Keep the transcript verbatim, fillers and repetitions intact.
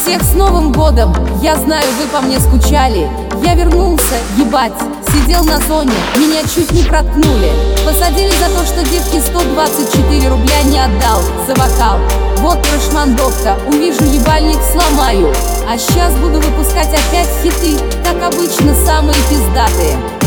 Всех с Новым годом! Я знаю, вы по мне скучали. Я вернулся, ебать. Сидел на зоне, меня чуть не проткнули. Посадили за то, что девке сто двадцать четыре рубля не отдал за вокал. Вот прошмандовка, увижу ебальник, сломаю. А сейчас буду выпускать опять хиты, как обычно, самые пиздатые.